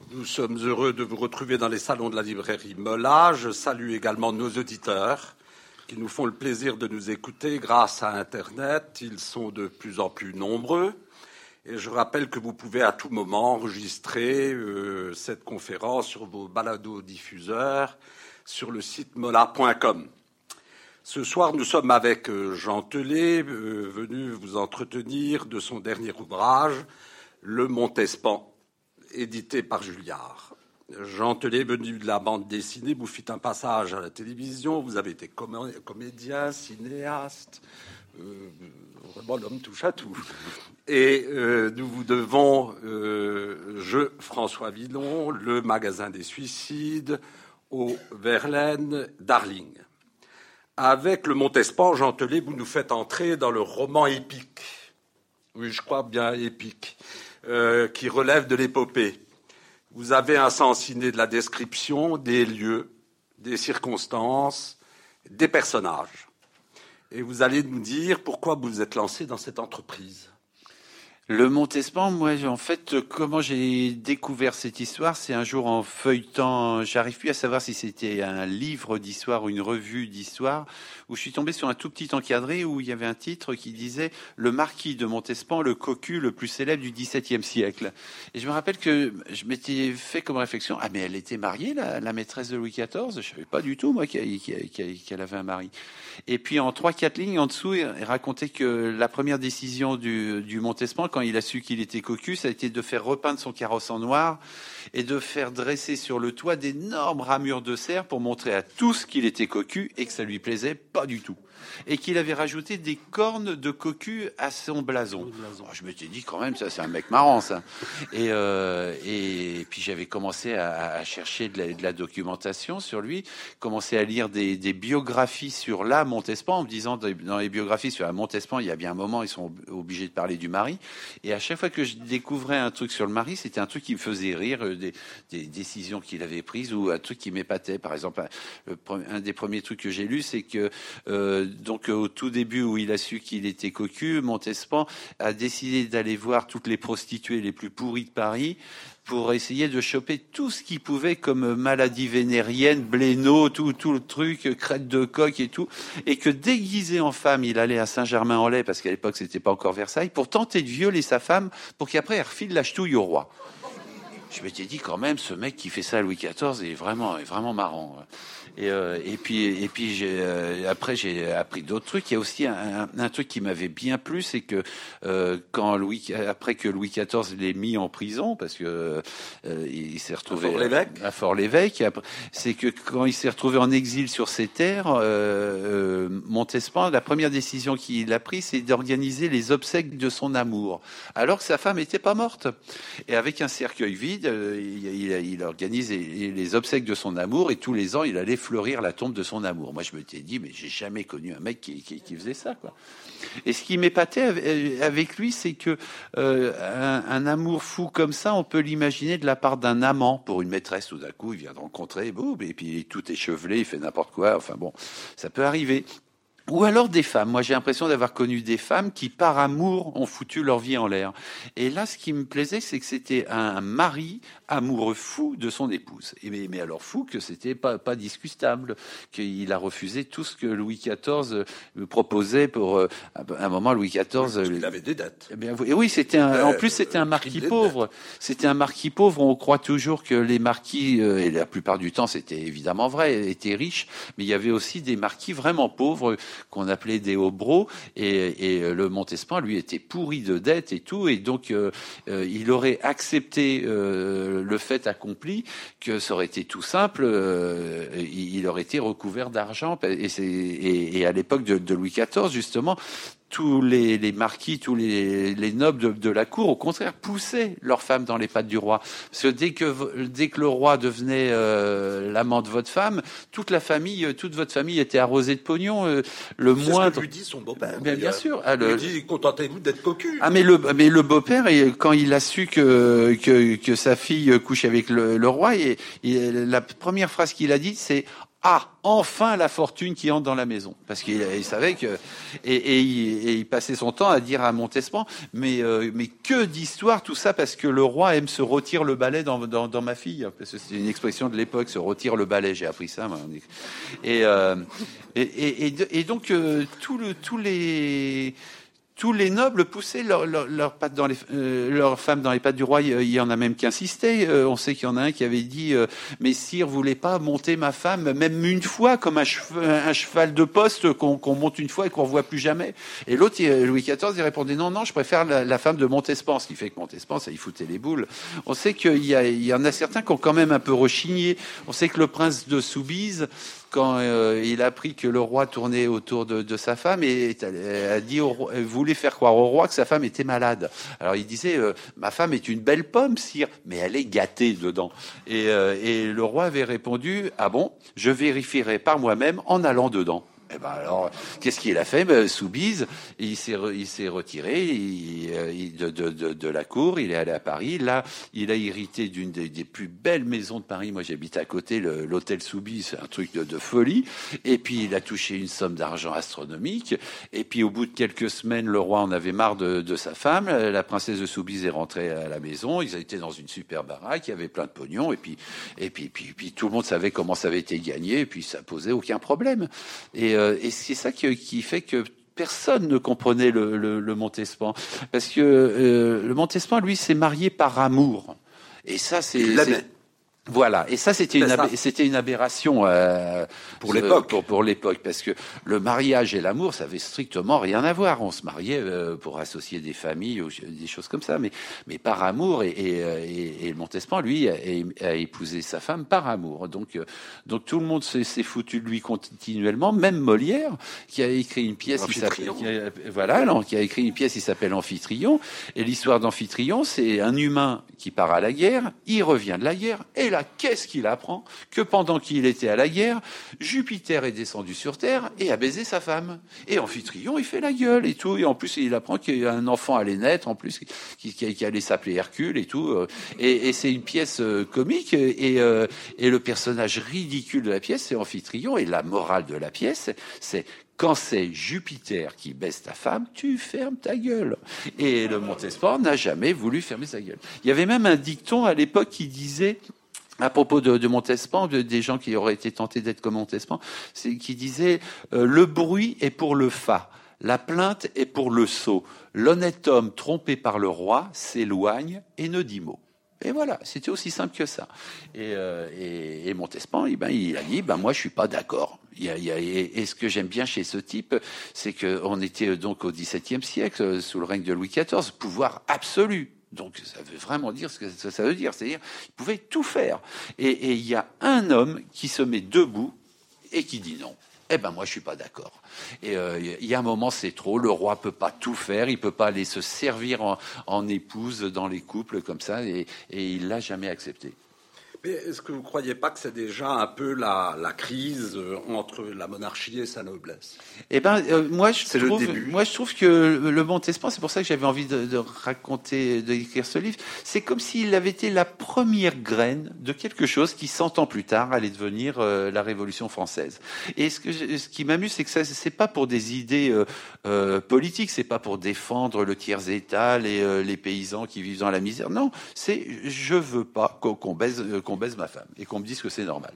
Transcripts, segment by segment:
Nous sommes heureux de vous retrouver dans les salons de la librairie Mola. Je salue également nos auditeurs qui nous font le plaisir de nous écouter grâce à Internet. Ils sont de plus en plus nombreux. Et je rappelle que vous pouvez à tout moment enregistrer cette conférence sur vos balados-diffuseurs sur le site mola.com. Ce soir, nous sommes avec Jean Telet, venu vous entretenir de son dernier ouvrage, Le Montespan, édité par Julliard. Jean Telet, venu de la bande dessinée, vous fîtes un passage à la télévision, vous avez été comédien, cinéaste, vraiment l'homme touche à tout. Et nous vous devons Je, François Villon, Le Magasin des Suicides, au Verlaine, Darling. Avec Le Montespan, Jean Telet, vous nous faites entrer dans le roman épique, oui, je crois bien épique, qui relève de l'épopée. Vous avez un sens inné de la description des lieux, des circonstances, des personnages. Et vous allez nous dire pourquoi vous vous êtes lancé dans cette entreprise. Le Montespan, moi, en fait, comment j'ai découvert cette histoire, c'est un jour en feuilletant, j'arrive plus à savoir si c'était un livre d'histoire ou une revue d'histoire, où je suis tombé sur un tout petit encadré où il y avait un titre qui disait « Le marquis de Montespan, le cocu le plus célèbre du XVIIe siècle ». Et je me rappelle que je m'étais fait comme réflexion, ah mais elle était mariée, la maîtresse de Louis XIV, je savais pas du tout, moi, qu'elle avait un mari. Et puis en 3-4 lignes en dessous, il racontait que la première décision du Montespan, quand il a su qu'il était cocu, ça a été de faire repeindre son carrosse en noir et de faire dresser sur le toit d'énormes ramures de cerf pour montrer à tous qu'il était cocu et que ça lui plaisait pas du tout. Et qu'il avait rajouté des cornes de cocu à son blason. Oh, je m'étais dit quand même, ça c'est un mec marrant ça. Et puis j'avais commencé à chercher de la documentation sur lui, commencé à lire des biographies sur la Montespan, en me disant dans les biographies sur la Montespan, il y a bien un moment ils sont obligés de parler du mari. Et à chaque fois que je découvrais un truc sur le mari, c'était un truc qui me faisait rire, des décisions qu'il avait prises ou un truc qui m'épatait. Par exemple, un des premiers trucs que j'ai lu, c'est que donc au tout début où il a su qu'il était cocu, Montespan a décidé d'aller voir toutes les prostituées les plus pourries de Paris pour essayer de choper tout ce qu'il pouvait comme maladie vénérienne, bléno, tout le truc, crête de coq et tout, et que déguisé en femme, il allait à Saint-Germain-en-Laye, parce qu'à l'époque c'était pas encore Versailles, pour tenter de violer sa femme, pour qu'après elle refile la ch'touille au roi. Je m'étais dit quand même, ce mec qui fait ça à Louis XIV est vraiment marrant. Et puis après j'ai appris d'autres trucs. Il y a aussi un truc qui m'avait bien plu, c'est que après que Louis XIV l'ait mis en prison, parce que il s'est retrouvé à Fort-l'Évêque, c'est que quand il s'est retrouvé en exil sur ses terres, Montespan, la première décision qu'il a prise, c'est d'organiser les obsèques de son amour, alors que sa femme n'était pas morte. Et avec un cercueil vide, il organise les obsèques de son amour, et tous les ans, il allait fleurir la tombe de son amour. Moi, je me suis dit, mais j'ai jamais connu un mec qui faisait ça, quoi. Et ce qui m'épatait avec lui, c'est que un amour fou comme ça, on peut l'imaginer de la part d'un amant pour une maîtresse. Tout d'un coup, il vient de rencontrer, boum, et puis tout échevelé, il fait n'importe quoi. Enfin bon, ça peut arriver. Ou alors des femmes. Moi, j'ai l'impression d'avoir connu des femmes qui, par amour, ont foutu leur vie en l'air. Et là, ce qui me plaisait, c'est que c'était un mari amoureux fou de son épouse. Mais alors fou que c'était pas discutable, qu'il a refusé tout ce que Louis XIV me proposait pour un moment. Louis XIV, il avait des dettes. Eh bien, oui, en plus c'était un marquis pauvre. C'était un marquis pauvre. On croit toujours que les marquis, et la plupart du temps, c'était évidemment vrai, étaient riches, mais il y avait aussi des marquis vraiment pauvres qu'on appelait des hobereaux, et le Montespan, lui, était pourri de dettes et tout, et donc il aurait accepté le fait accompli, que ça aurait été tout simple, il aurait été recouvert d'argent, et à l'époque de Louis XIV, justement, tous les marquis, tous les nobles de la cour, au contraire, poussaient leurs femmes dans les pattes du roi. Parce que dès que le roi devenait l'amant de votre femme, toute votre famille était arrosée de pognon. Le moindre. C'est ce que lui dit son beau-père. Bien sûr. Il lui dit, contentez-vous d'être cocu. Ah, mais le beau-père, quand il a su que sa fille couche avec le roi, la première phrase qu'il a dit, c'est Ah, enfin la fortune qui entre dans la maison, parce qu'il savait que et il passait son temps à dire à Montespan, mais que d'histoire tout ça, parce que le roi aime se rôtir le balai dans ma fille, parce que c'est une expression de l'époque, se rôtir le balai. J'ai appris ça, moi. Et donc tous les nobles poussaient leurs pattes dans leurs femmes dans les pattes du roi. Il y en a même qui insistaient. On sait qu'il y en a un qui avait dit mais sire, vous voulez pas monter ma femme même une fois, comme un cheval de poste qu'on monte une fois et qu'on revoit plus jamais. Et l'autre, Louis XIV, il répondait non, je préfère la femme de Montespan. Ce qui fait que Montespan, ça y foutait les boules. On sait qu'il y en a certains qui ont quand même un peu rechigné. On sait que le prince de Soubise, quand il a appris que le roi tournait autour de sa femme, et a dit voulait faire croire au roi que sa femme était malade. Alors il disait ma femme est une belle pomme, sire, mais elle est gâtée dedans. Et le roi avait répondu ah bon, je vérifierai par moi-même en allant dedans. Eh ben alors, qu'est-ce qu'il a fait? Soubise, il s'est retiré de la cour. Il est allé à Paris. Là, il a hérité d'une des plus belles maisons de Paris. Moi, j'habite à côté, l'hôtel Soubise, c'est un truc de folie. Et puis, il a touché une somme d'argent astronomique. Et puis, au bout de quelques semaines, le roi en avait marre de sa femme. La princesse de Soubise est rentrée à la maison. Ils étaient dans une super baraque. Il y avait plein de pognon. Et puis tout le monde savait comment ça avait été gagné. Et puis, ça posait aucun problème. Et c'est ça qui fait que personne ne comprenait le Montespan, parce que le Montespan, lui, s'est marié par amour. Et ça, voilà. Et ça, c'était une aberration pour l'époque. Pour l'époque, parce que le mariage et l'amour, ça avait strictement rien à voir. On se mariait pour associer des familles ou des choses comme ça, mais par amour. Et Montespan, lui, a épousé sa femme par amour. Donc tout le monde s'est foutu de lui continuellement. Même Molière, qui a écrit une pièce qui a écrit une pièce qui s'appelle Amphitryon. Et l'histoire d'Amphitryon, c'est un humain qui part à la guerre, il revient de la guerre, et là, qu'est-ce qu'il apprend? Que pendant qu'il était à la guerre, Jupiter est descendu sur Terre et a baisé sa femme. Et Amphitryon, il fait la gueule et tout. Et en plus, il apprend qu'un enfant allait naître, en plus, qui allait s'appeler Hercule et tout. Et c'est une pièce comique. Et le personnage ridicule de la pièce, c'est Amphitryon. Et la morale de la pièce, c'est quand c'est Jupiter qui baisse ta femme, tu fermes ta gueule. Et le Montespan n'a jamais voulu fermer sa gueule. Il y avait même un dicton à l'époque qui disait, à propos de Montespan, des gens qui auraient été tentés d'être comme Montespan, qui disait le bruit est pour le fat, la plainte est pour le sot. L'honnête homme trompé par le roi s'éloigne et ne dit mot. Et voilà, c'était aussi simple que ça. Et Montespan, il a dit, moi je suis pas d'accord. Et ce que j'aime bien chez ce type, c'est qu'on était donc au XVIIe siècle, sous le règne de Louis XIV, pouvoir absolu. Donc ça veut vraiment dire ce que ça veut dire, c'est-à-dire il pouvait tout faire. Et il y a un homme qui se met debout et qui dit non. Moi je suis pas d'accord. Et il y a un moment, c'est trop. Le roi peut pas tout faire, il peut pas aller se servir en épouse dans les couples comme ça, et il l'a jamais accepté. Mais est-ce que vous ne croyez pas que c'est déjà un peu la crise entre la monarchie et sa noblesse? Moi je trouve que le Montespan, c'est pour ça que j'avais envie d'écrire ce livre, c'est comme s'il avait été la première graine de quelque chose qui, 100 ans plus tard, allait devenir la Révolution française. Et ce qui m'amuse, c'est que ça, c'est pas pour des idées politiques, c'est pas pour défendre le tiers-état, les paysans qui vivent dans la misère. Non, c'est je veux pas qu'on baise ma femme et qu'on me dise que c'est normal.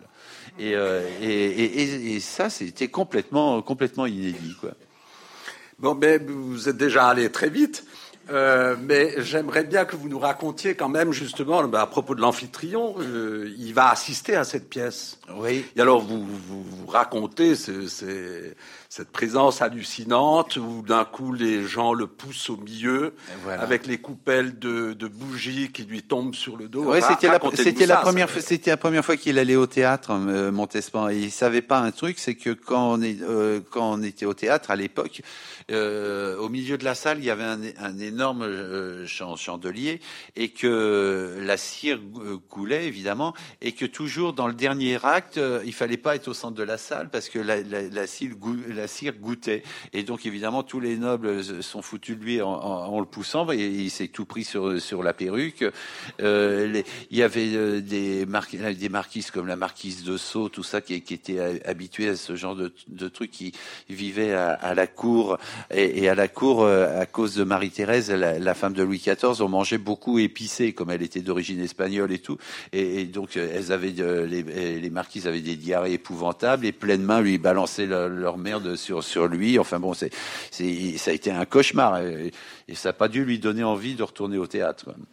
Et ça, c'était complètement inédit, quoi. Bon, vous êtes déjà allé très vite, mais j'aimerais bien que vous nous racontiez quand même justement à propos de l'Amphitryon. Il va assister à cette pièce. Oui. Et alors vous racontez cette présence hallucinante où d'un coup les gens le poussent au milieu, voilà, avec les coupelles de bougies qui lui tombent sur le dos. Ouais, c'était la première fois qu'il allait au théâtre, Montespan. Et il savait pas un truc, c'est que quand on était au théâtre à l'époque, au milieu de la salle, il y avait un énorme chandelier et que la cire coulait évidemment et que toujours dans le dernier acte, il fallait pas être au centre de la salle parce que la cire goûtait et donc évidemment tous les nobles sont foutus de lui en le poussant et il s'est tout pris sur la perruque. Il y avait des marquises comme la marquise de Sceaux, tout ça qui étaient habitués à ce genre de trucs, qui vivaient à la cour et à la cour à cause de Marie-Thérèse, la femme de Louis XIV, on mangeait beaucoup épicé comme elle était d'origine espagnole et tout, et donc elles avaient les marquises avaient des diarrhées épouvantables et pleines mains lui balançaient leur merde sur lui. Enfin bon, ça a été un cauchemar et ça n'a pas dû lui donner envie de retourner au théâtre, quoi.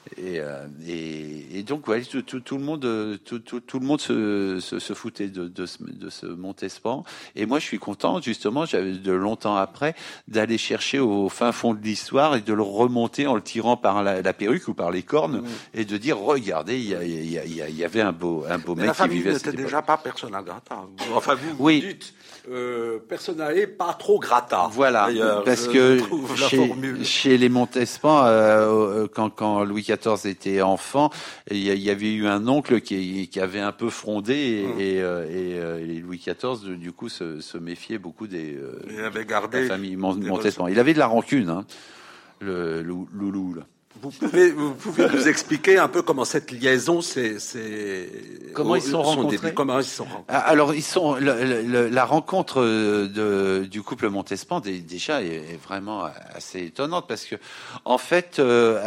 Et donc ouais, tout le monde se foutait de ce Montespan. Et moi, je suis content justement, j'avais de longtemps après d'aller chercher au fin fond de l'histoire et de le remonter en le tirant par la perruque ou par les cornes et de dire regardez, il y avait un beau mec qui vivait. La famille n'était déjà pas persona grata. Enfin vous dites personae pas trop grata. Voilà, parce que chez les Montespan, quand Louis XIV était enfant, il y avait eu un oncle qui avait un peu frondé et Louis XIV du coup se méfiait beaucoup de la famille Montespan. Il avait de la rancune, hein, le loulou là. Vous pouvez nous expliquer un peu comment cette liaison comment ils sont rencontrés? Alors la rencontre du couple Montespan déjà est vraiment assez étonnante parce que en fait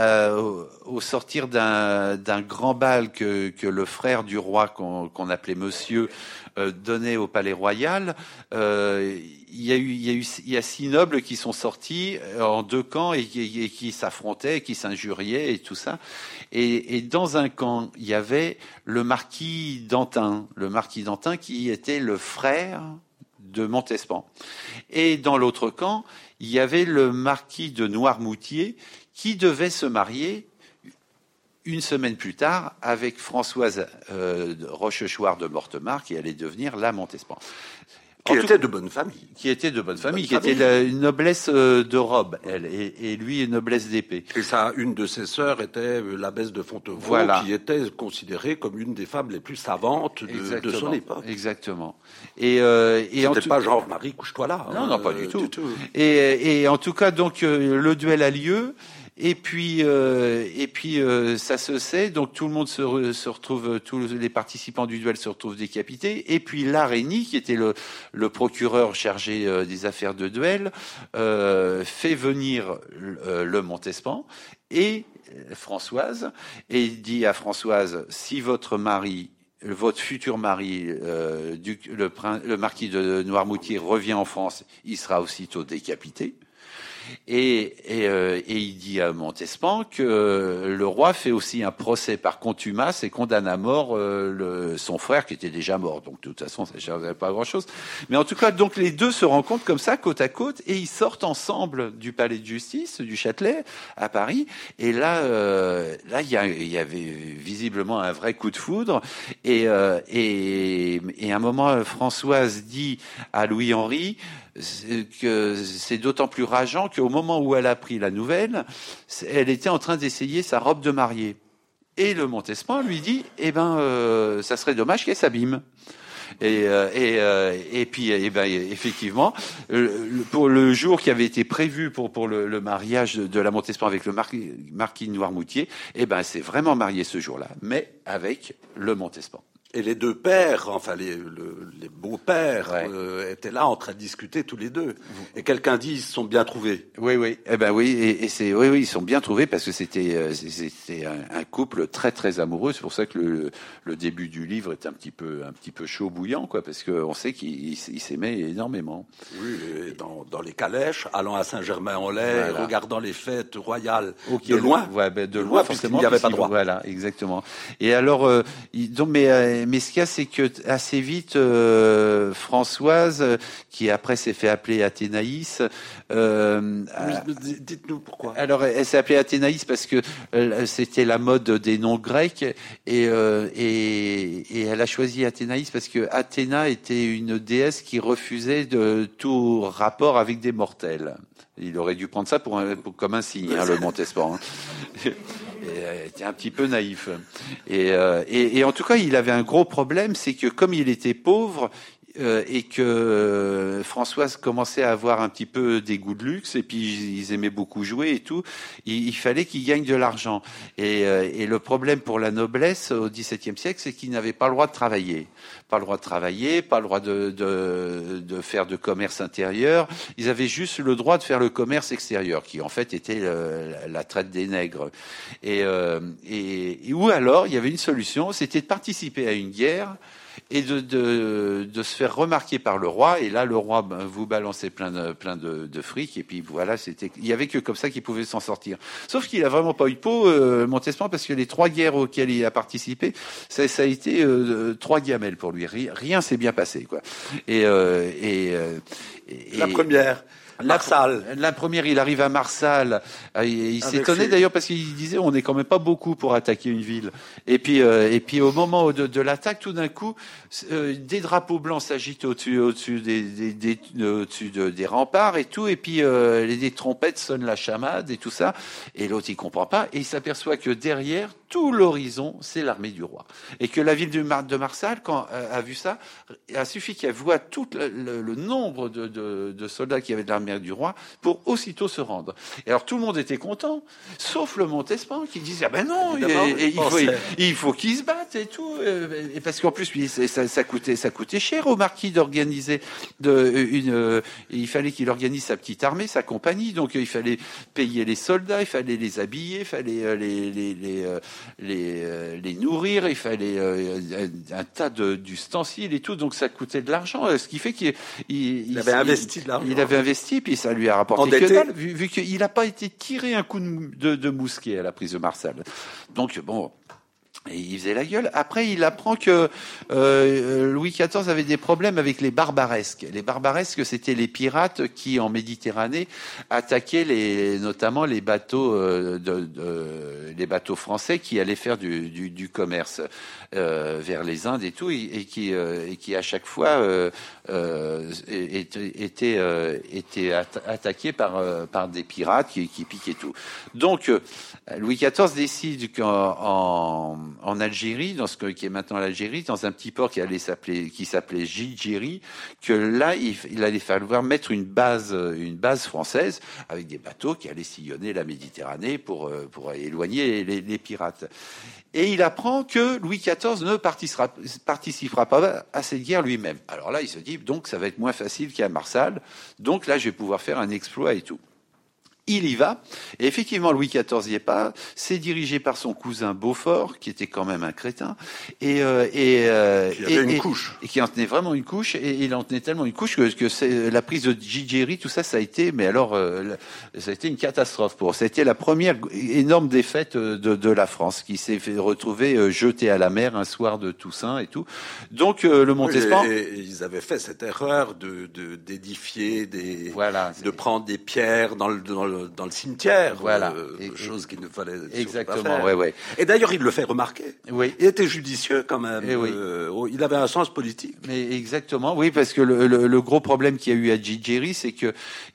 au sortir d'un grand bal que le frère du roi qu'on appelait Monsieur donnait au Palais Royal, il y a 6 nobles qui sont sortis en 2 camps et qui s'affrontaient, qui s'injuriaient et tout ça. Et dans un camp, il y avait le marquis d'Antin qui était le frère de Montespan. Et dans l'autre camp, il y avait le marquis de Noirmoutier qui devait se marier une semaine plus tard avec Françoise Rochechouart de Mortemart qui allait devenir la Montespan. Qui était de bonne famille. Qui était une noblesse de robe, elle, et lui une noblesse d'épée. Et ça, une de ses sœurs était l'abbesse de Fontevraud, qui était considérée comme une des femmes les plus savantes de son époque. Exactement. C'était pas genre Marie, couche-toi là. Non, pas du tout. Et en tout cas, donc le duel a lieu. Et puis ça se sait, donc tout le monde se retrouve, tous les participants du duel se retrouvent décapités. Et puis Larénie, qui était le procureur chargé des affaires de duel, fait venir le Montespan et Françoise, et dit à Françoise, si votre futur mari, le marquis de Noirmoutier, revient en France, il sera aussitôt décapité. Et il dit à Montespan que le roi fait aussi un procès par contumace et condamne à mort son frère qui était déjà mort. Donc de toute façon, ça ne changeait pas grand-chose. Mais en tout cas, donc les deux se rencontrent comme ça, côte à côte, et ils sortent ensemble du palais de justice du Châtelet à Paris. Et là, il y avait visiblement un vrai coup de foudre. Et à un moment, Françoise dit à Louis-Henri que c'est d'autant plus rageant qu'au moment où elle a appris la nouvelle, elle était en train d'essayer sa robe de mariée. Et le Montespan lui dit, ça serait dommage qu'elle s'abîme. Et puis, effectivement, pour le jour qui avait été prévu pour le mariage de la Montespan avec le marquis de Noirmoutier, c'est vraiment marié ce jour-là, mais avec le Montespan. Et les deux pères, enfin les beaux-pères, étaient là en train de discuter tous les deux. Et quelqu'un dit ils se sont bien trouvés. Oui. Ils sont bien trouvés parce que c'était un couple très très amoureux. C'est pour ça que le début du livre est un petit peu chaud bouillant, quoi, parce que on sait qu'ils s'aimaient énormément. Oui, et dans les calèches, allant à Saint-Germain-en-Laye, regardant les fêtes royales de loin. De loin, forcément. Il n'y avait pas droit. Voilà, exactement. Et alors, mais ce qu'il y a, c'est que assez vite, Françoise, qui après s'est fait appeler Athénaïs. Dites-nous pourquoi. Alors, elle s'est appelée Athénaïs parce que c'était la mode des noms grecs, et elle a choisi Athénaïs parce que Athéna était une déesse qui refusait de tout rapport avec des mortels. Il aurait dû prendre ça comme un signe, le Montespan. Il était un petit peu naïf. Et en tout cas, il avait un gros problème, c'est que comme il était pauvre, et que Françoise commençait à avoir un petit peu des goûts de luxe, et puis ils aimaient beaucoup jouer et tout, il fallait qu'ils gagnent de l'argent. Et le problème pour la noblesse au XVIIe siècle, c'est qu'ils n'avaient pas le droit de travailler. Pas le droit de travailler, pas le droit de faire de commerce intérieur. Ils avaient juste le droit de faire le commerce extérieur, qui en fait était la traite des nègres. Et ou alors, il y avait une solution, c'était de participer à une guerre et de se faire remarquer par le roi. Et là, le roi vous balançait plein de fric. Et puis voilà, il y avait que comme ça qu'il pouvait s'en sortir. Sauf qu'il a vraiment pas eu de peau, Montespan, parce que les 3 guerres auxquelles il a participé, ça a été 3 gamelles pour lui. Rien s'est bien passé, quoi. La première. Marsal. La première, il arrive à Marsal. Il s'étonnait d'ailleurs parce qu'il disait on n'est quand même pas beaucoup pour attaquer une ville. Et puis au moment de l'attaque, tout d'un coup, des drapeaux blancs s'agitent au-dessus des remparts et tout. Et puis des trompettes sonnent la chamade et tout ça. Et l'autre il comprend pas et il s'aperçoit que derrière tout l'horizon, c'est l'armée du roi. Et que la ville de Marsal, quand a vu ça, a suffi qu'elle voit tout le nombre de soldats qui avaient de l'armée du roi pour aussitôt se rendre. Et alors tout le monde était content, sauf le Montespan qui disait ah ben non, il faut qu'il se batte et tout. Et parce qu'en plus lui, ça coûtait cher au marquis d'organiser il fallait qu'il organise sa petite armée, sa compagnie. Donc il fallait payer les soldats, il fallait les habiller, il fallait les nourrir, il fallait un tas d'ustensiles et tout. Donc ça coûtait de l'argent. Ce qui fait qu'il avait investi de l'argent. Il avait investi, puis ça lui a rapporté que dalle, vu qu'il n'a pas été tiré un coup de mousquet à la prise de Marsal. Donc bon. Et il faisait la gueule. Après, il apprend que Louis XIV avait des problèmes avec les barbaresques. Les barbaresques, c'était les pirates qui, en Méditerranée, attaquaient notamment les bateaux les bateaux français qui allaient faire du commerce vers les Indes et tout, et qui à chaque fois étaient attaqués par des pirates qui piquaient tout. Donc, Louis XIV décide en Algérie, dans ce qui est maintenant l'Algérie, dans un petit port qui s'appelait Gidjeri, que là il allait falloir mettre une base française avec des bateaux qui allaient sillonner la Méditerranée pour éloigner les pirates. Et il apprend que Louis XIV ne participera pas à cette guerre lui-même. Alors là, il se dit donc ça va être moins facile qu'à Marsal. Donc là, je vais pouvoir faire un exploit et tout. Il y va, et effectivement Louis XIV n'y est pas, c'est dirigé par son cousin Beaufort, qui était quand même un crétin, et qui en tenait vraiment une couche, et il en tenait tellement une couche que c'est la prise de Gidjeri, tout ça, ça a été une catastrophe pour. C'était la première énorme défaite de la France, qui s'est fait retrouver jetée à la mer un soir de Toussaint et tout. Donc le Montespan, et ils avaient fait cette erreur d'édifier de prendre des pierres dans le cimetière, voilà, chose qu'il ne fallait exactement pas faire. Ouais. Et d'ailleurs, il le fait remarquer. Oui. Il était judicieux quand même. Il avait un sens politique. Mais exactement, oui, parce que le gros problème qu'il y a eu à Gidjeri, c'est que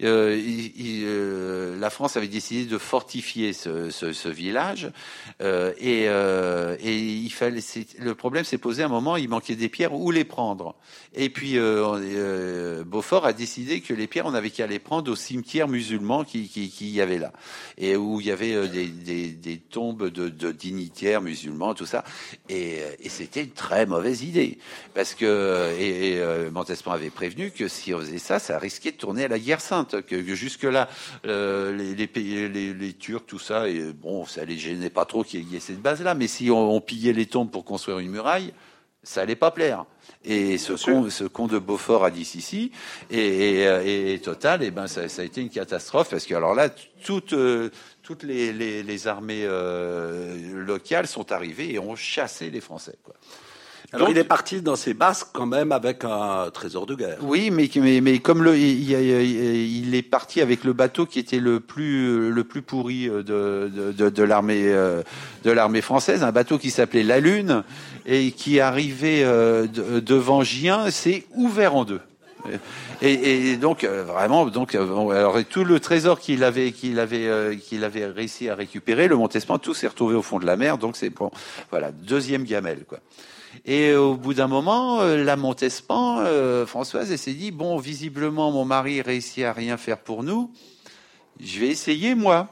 la France avait décidé de fortifier ce village, et il fallait. Le problème s'est posé à un moment, il manquait des pierres, où les prendre. Et puis Beaufort a décidé que les pierres, on avait qu'à les prendre au cimetière musulman qui y avait là, et où il y avait des tombes de dignitaires musulmans, tout ça, et c'était une très mauvaise idée, parce que Montespan avait prévenu que si on faisait ça, ça risquait de tourner à la guerre sainte, que jusque là les Turcs, tout ça, et bon, ça les gênait pas trop qu'il y ait cette base là, mais si on pillait les tombes pour construire une muraille, ça allait pas plaire. Et ce con de Beaufort a dit si, et total, et ben ça a été une catastrophe, parce que alors là, toutes les armées locales sont arrivées et ont chassé les Français, quoi. Alors il est parti dans ses basques quand même avec un trésor de guerre. Oui, mais comme il est parti avec le bateau qui était le plus pourri de l'armée française, un bateau qui s'appelait La Lune, et qui arrivait devant Gien, s'est ouvert en deux. Et donc vraiment, bon, alors et tout le trésor qu'il avait réussi à récupérer, le Montespan, tout s'est retrouvé au fond de la mer. Donc c'est bon, voilà, deuxième gamelle, quoi. Et au bout d'un moment, la Montespan, Françoise, elle s'est dit bon, visiblement mon mari réussit à rien faire pour nous, je vais essayer moi,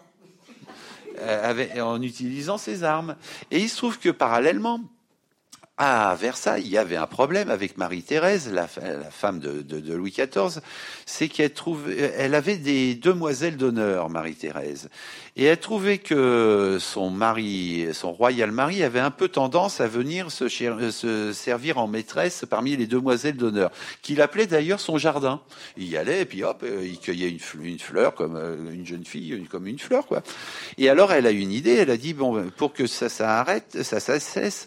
en utilisant ses armes. Et il se trouve que parallèlement, à Versailles, il y avait un problème avec Marie-Thérèse, la femme de Louis XIV, c'est elle avait des demoiselles d'honneur, Marie-Thérèse, et elle trouvait que son royal mari, avait un peu tendance à venir se servir en maîtresse parmi les demoiselles d'honneur, qu'il appelait d'ailleurs son jardin. Il y allait et puis hop, il cueillait une fleur comme une jeune fille, comme une fleur, quoi. Et alors elle a une idée, elle a dit bon, pour que ça cesse,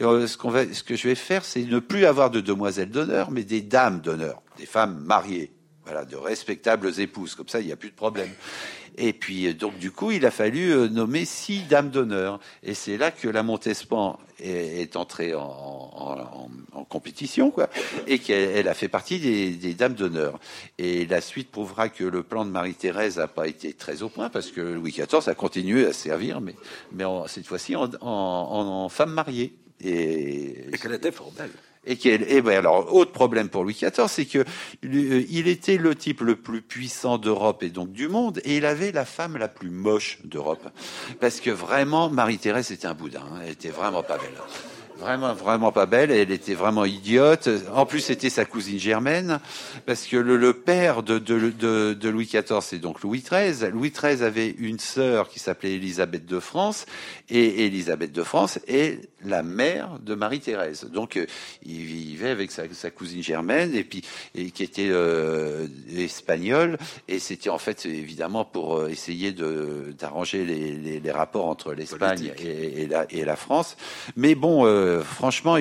ce que je vais faire, c'est ne plus avoir de demoiselles d'honneur, mais des dames d'honneur, des femmes mariées, voilà, de respectables épouses. Comme ça, il n'y a plus de problème. Et puis, donc, du coup, il a fallu nommer 6 dames d'honneur. Et c'est là que la Montespan est entrée en compétition, quoi, et qu'elle a fait partie des dames d'honneur. Et la suite prouvera que le plan de Marie-Thérèse n'a pas été très au point, parce que Louis XIV a continué à servir, mais cette fois-ci en femme mariée. Et qu'elle était fort belle. Alors, autre problème pour Louis XIV, c'est que il était le type le plus puissant d'Europe et donc du monde, et il avait la femme la plus moche d'Europe. Parce que vraiment, Marie-Thérèse était un boudin, hein. Elle était vraiment pas belle. Vraiment pas belle. Elle était vraiment idiote. En plus, c'était sa cousine germaine, parce que le père de Louis XIV, c'est donc Louis XIII. Louis XIII avait une sœur qui s'appelait Élisabeth de France, et Élisabeth de France est la mère de Marie-Thérèse. Donc, il vivait avec sa cousine germaine, qui était espagnole, et c'était en fait évidemment pour essayer d'arranger les rapports entre l'Espagne et la France. Mais bon, franchement,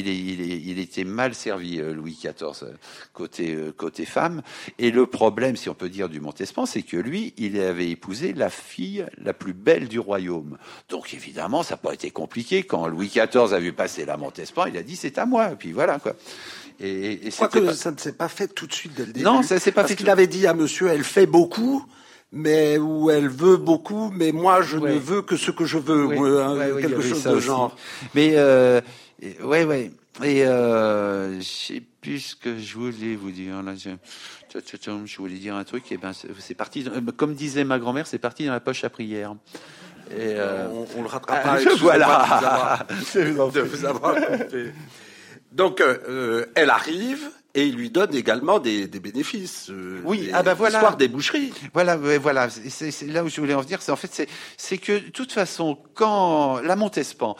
il était mal servi, Louis XIV, côté femme. Et le problème, si on peut dire, du Montespan, c'est que lui, il avait épousé la fille la plus belle du royaume. Donc évidemment, ça n'a pas été compliqué. Quand Louis XIV a vu passer la Montespan, il a dit c'est à moi. Et puis voilà, quoi. Et que ça ne s'est pas fait tout de suite dès le début. Non, ça s'est pas fait. Parce qu'il avait dit à monsieur, elle fait beaucoup, ou elle veut beaucoup, mais moi je ne veux que ce que je veux, quelque chose de genre. Mais ouais. Et je sais plus ce que je voulais vous dire. Là, je voulais dire un truc. Et ben, c'est parti. Comme disait ma grand-mère, c'est parti dans la poche à prière. Et on le rattrapera. Voilà. De vous avoir coupé. Donc, elle arrive. Et il lui donne également des bénéfices. Oui, voilà. L'histoire des boucheries. Voilà. C'est là où je voulais en venir. C'est que, de toute façon, quand la Montespan,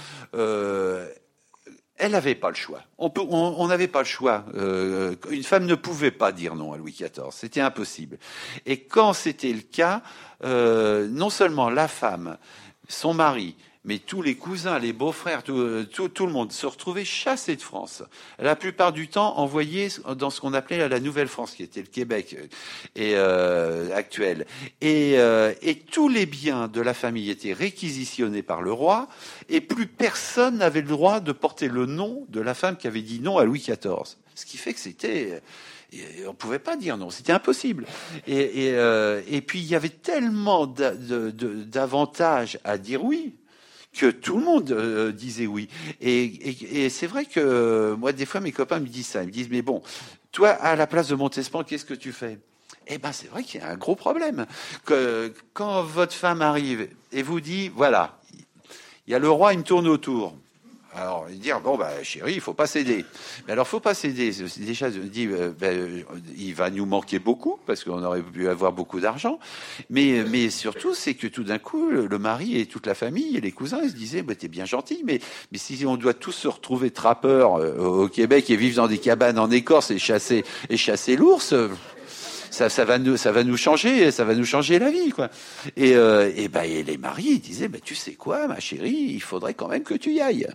elle n'avait pas le choix. On n'avait pas le choix. Une femme ne pouvait pas dire non à Louis XIV. C'était impossible. Et quand c'était le cas, non seulement la femme, son mari, mais tous les cousins, les beaux-frères, tout le monde se retrouvait chassé de France. La plupart du temps, envoyé dans ce qu'on appelait la Nouvelle-France, qui était le Québec actuel. Et tous les biens de la famille étaient réquisitionnés par le roi, et plus personne n'avait le droit de porter le nom de la femme qui avait dit non à Louis XIV. Ce qui fait que c'était... on pouvait pas dire non, c'était impossible. Et puis il y avait tellement d'avantages à dire oui, que tout le monde disait oui. Et c'est vrai que moi, des fois, mes copains me disent ça. Ils me disent, mais bon, toi, à la place de Montespan, qu'est-ce que tu fais? Eh ben, c'est vrai qu'il y a un gros problème. Quand votre femme arrive et vous dit, voilà, il y a le roi, il me tourne autour. Alors, dire, bon, chérie, il faut pas céder. Mais alors, faut pas céder. Déjà, je me dis, il va nous manquer beaucoup, parce qu'on aurait pu avoir beaucoup d'argent. Mais surtout, c'est que tout d'un coup, le mari et toute la famille et les cousins, ils se disaient, t'es bien gentil, mais si on doit tous se retrouver trappeurs au Québec et vivre dans des cabanes en Écorce et chasser l'ours, ça va nous changer la vie, quoi. Et les maris, ils disaient, tu sais quoi, ma chérie, il faudrait quand même que tu y ailles.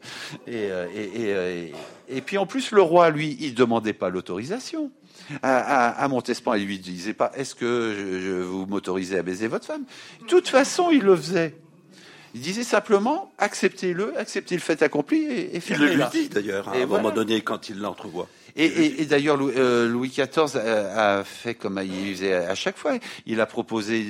Et puis en plus, le roi, lui, il demandait pas l'autorisation. À Montespan, il lui disait pas, est-ce que vous m'autorisez à baiser votre femme? De toute façon, il le faisait. Il disait simplement acceptez le fait accompli et Il fermez-la. le lui dit d'ailleurs, à un moment donné, quand il l'entrevoit. Et d'ailleurs, Louis XIV a fait comme il faisait à chaque fois. Il a proposé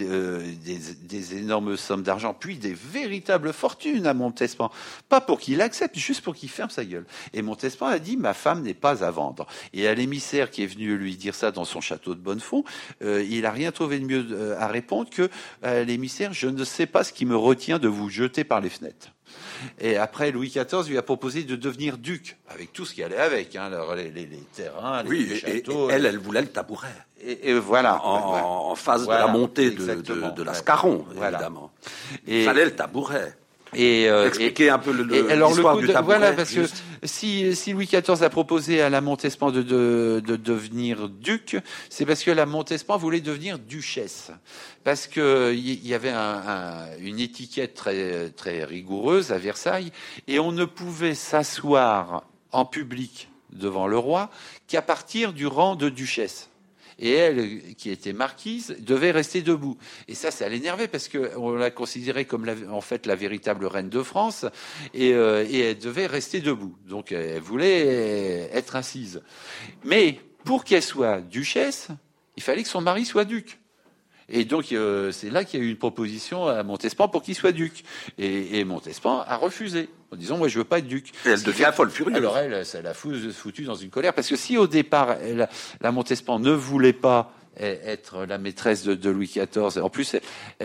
des énormes sommes d'argent, puis des véritables fortunes à Montespan. Pas pour qu'il accepte, juste pour qu'il ferme sa gueule. Et Montespan a dit, ma femme n'est pas à vendre. Et à l'émissaire qui est venu lui dire ça dans son château de Bonnefond, il n'a rien trouvé de mieux à répondre que l'émissaire, je ne sais pas ce qui me retient de vous jeter par les fenêtres. Et après, Louis XIV lui a proposé de devenir duc, avec tout ce qui allait avec, hein, les terrains, les châteaux. Et elle voulait le tabouret. Et voilà. En phase de la montée de l'Ascaron, évidemment. Il fallait le tabouret. Expliquer un peu l'histoire du tabouret. Voilà, parce que si Louis XIV a proposé à la Montespan de devenir duc, c'est parce que la Montespan voulait devenir duchesse. Parce que il y avait une étiquette très, très rigoureuse à Versailles, et on ne pouvait s'asseoir en public devant le roi qu'à partir du rang de duchesse. Et elle, qui était marquise, devait rester debout. Et ça l'énervait parce qu'on la considérait comme en fait la véritable reine de France, et elle devait rester debout. Donc elle voulait être assise. Mais pour qu'elle soit duchesse, il fallait que son mari soit duc. Et donc c'est là qu'il y a eu une proposition à Montespan pour qu'il soit duc. Et Montespan a refusé en disant moi je veux pas être duc. Et elle devient folle furieuse. Alors elle, ça l'a foutu dans une colère parce que si au départ la Montespan ne voulait pas être la maîtresse de Louis XIV, en plus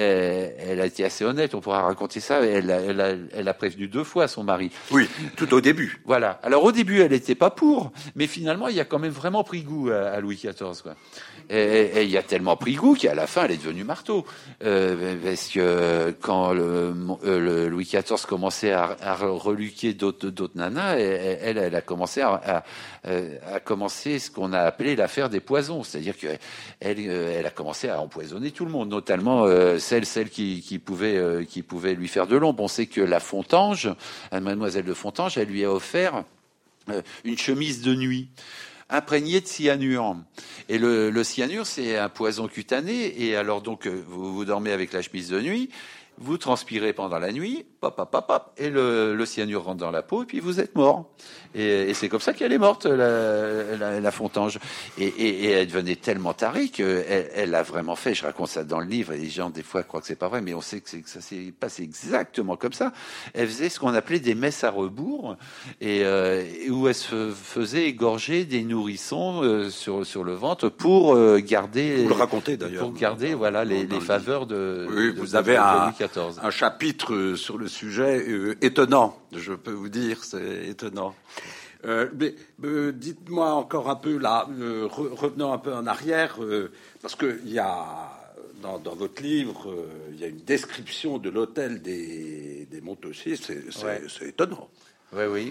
elle a été assez honnête, on pourra raconter ça. Elle a prévenu 2 fois son mari. Oui, tout au début. Voilà. Alors au début elle n'était pas pour, mais finalement il a quand même vraiment pris goût à Louis XIV, quoi. Et il y a tellement pris goût qu'à la fin, elle est devenue marteau. Parce que quand le Louis XIV commençait à reluquer d'autres nanas, elle a commencé à commencer ce qu'on a appelé l'affaire des poisons. C'est-à-dire que elle a commencé à empoisonner tout le monde, notamment celle qui pouvait lui faire de l'ombre. On sait que la Fontange, mademoiselle de Fontange, elle lui a offert une chemise de nuit imprégné de cyanure. Et le cyanure, c'est un poison cutané. Et alors donc, vous dormez avec la chemise de nuit, vous transpirez pendant la nuit, et le cyanure rentre dans la peau, et puis vous êtes mort. Et c'est comme ça qu'elle est morte, la Fontange. Et elle devenait tellement tarée qu'elle a vraiment fait, je raconte ça dans le livre, et les gens, des fois, croient que c'est pas vrai, mais on sait que ça s'est passé exactement comme ça. Elle faisait ce qu'on appelait des messes à rebours, et où elle se faisait égorger des nourrissons sur le ventre pour garder... Vous le racontez, d'ailleurs. Pour garder, voilà, les faveurs de... Oui, vous avez un chapitre sur le sujet étonnant, je peux vous dire, c'est étonnant. Mais dites-moi encore un peu là, revenons un peu en arrière, parce que il y a dans votre livre, il y a une description de l'hôtel des Montausier, c'est étonnant. Oui.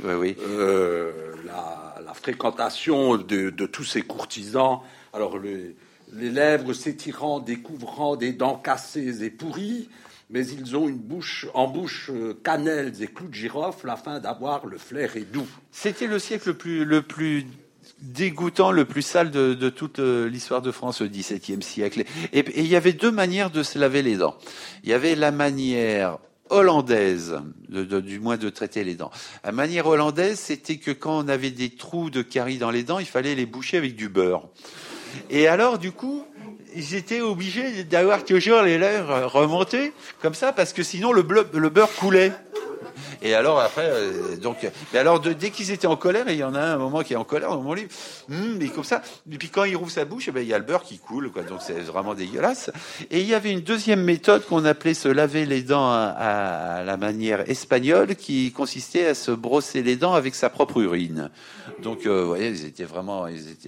La fréquentation de tous ces courtisans, alors les lèvres s'étirant, découvrant des dents cassées et pourries, mais ils ont en bouche cannelles et clous de girofle afin d'avoir le flair et doux. C'était le siècle le plus dégoûtant, le plus sale de toute l'histoire de France au XVIIe siècle. Et il y avait 2 manières de se laver les dents. Il y avait la manière hollandaise, du moins de traiter les dents. La manière hollandaise, c'était que quand on avait des trous de caries dans les dents, il fallait les boucher avec du beurre. Et alors, du coup, j'étais obligé d'avoir toujours les lèvres remontées comme ça parce que sinon le beurre coulait. Et alors après, mais alors dès qu'ils étaient en colère, et il y en a un moment qui est en colère dans mon livre, et comme ça. Et puis quand il rouvre sa bouche, il y a le beurre qui coule, quoi. Donc c'est vraiment dégueulasse. Et il y avait une deuxième méthode qu'on appelait se laver les dents à la manière espagnole, qui consistait à se brosser les dents avec sa propre urine. Donc vous voyez, ils étaient vraiment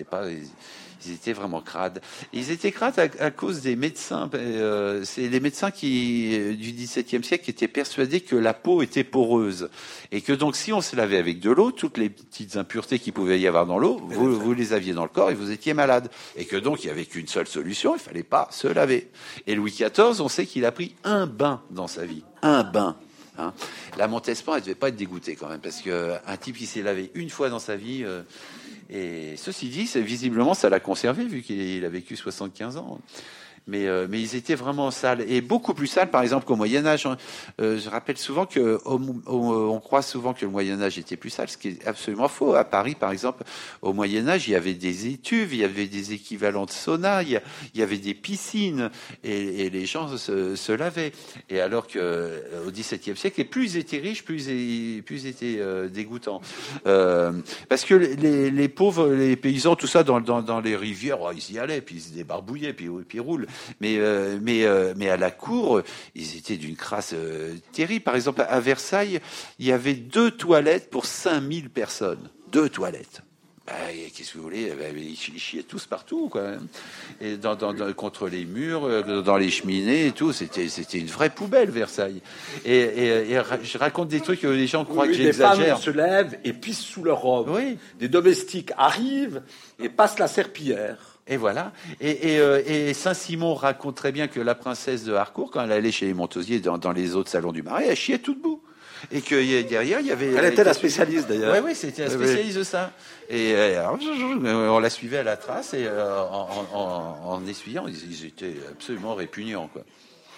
crades. Ils étaient crades à cause des médecins. C'est les médecins du XVIIe siècle qui étaient persuadés que la peau était poreuse. Et que donc, si on se lavait avec de l'eau, toutes les petites impuretés qu'il pouvait y avoir dans l'eau, vous les aviez dans le corps et vous étiez malade. Et que donc, il n'y avait qu'une seule solution, il fallait pas se laver. Et Louis XIV, on sait qu'il a pris un bain dans sa vie. Un bain. Hein. La Montespan, elle devait pas être dégoûtée quand même, parce que un type qui s'est lavé une fois dans sa vie... Et ceci dit, visiblement, ça l'a conservé, vu qu'il a vécu 75 ans. mais ils étaient vraiment sales, et beaucoup plus sales, par exemple, qu'au Moyen-Âge. Je rappelle souvent on croit souvent que le Moyen-Âge était plus sale, ce qui est absolument faux. À Paris, par exemple, au Moyen-Âge, il y avait des étuves, il y avait des équivalents de sauna, il y avait des piscines, et les gens se lavaient. Et alors que au XVIIe siècle, et plus ils étaient riches, plus ils étaient dégoûtants. Parce que les pauvres, les paysans, tout ça, dans les rivières, ils y allaient, puis ils se débarbouillaient, puis ils roulent. Mais à la cour, ils étaient d'une crasse terrible. Par exemple, à Versailles, il y avait 2 toilettes pour 5000 personnes. 2 toilettes. Qu'est-ce que vous voulez? Ils chiaient tous partout, quoi. Et contre les murs, dans les cheminées et tout. C'était une vraie poubelle, Versailles. Et je raconte des trucs que les gens croient que j'exagère. Des femmes se lèvent et pissent sous leur robe. Oui. Des domestiques arrivent et passent la serpillière. Et voilà. Et Saint-Simon raconte très bien que la princesse de Harcourt, quand elle allait chez les Montausier dans les autres salons du Marais, elle chiait tout debout. Et que derrière, il y avait... Elle était la spécialiste, d'ailleurs. Oui, c'était la spécialiste de ça. Et alors, on la suivait à la trace, et en essuyant, ils étaient absolument répugnants, quoi.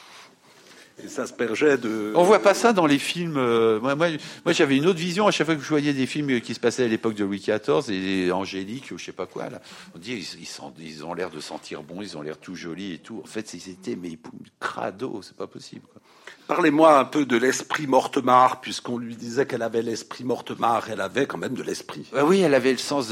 Et ça se pergeait de... On voit pas ça dans les films. Moi, j'avais une autre vision à chaque fois que je voyais des films qui se passaient à l'époque de Louis XIV, et Angélique, ou je sais pas quoi, là. On dit, ils ont l'air de sentir bon, ils ont l'air tout jolis et tout. En fait, ils étaient, mais crado, c'est pas possible, quoi. Parlez-moi un peu de l'esprit Mortemart, puisqu'on lui disait qu'elle avait l'esprit Mortemart. Elle avait quand même de l'esprit. Oui, elle avait le sens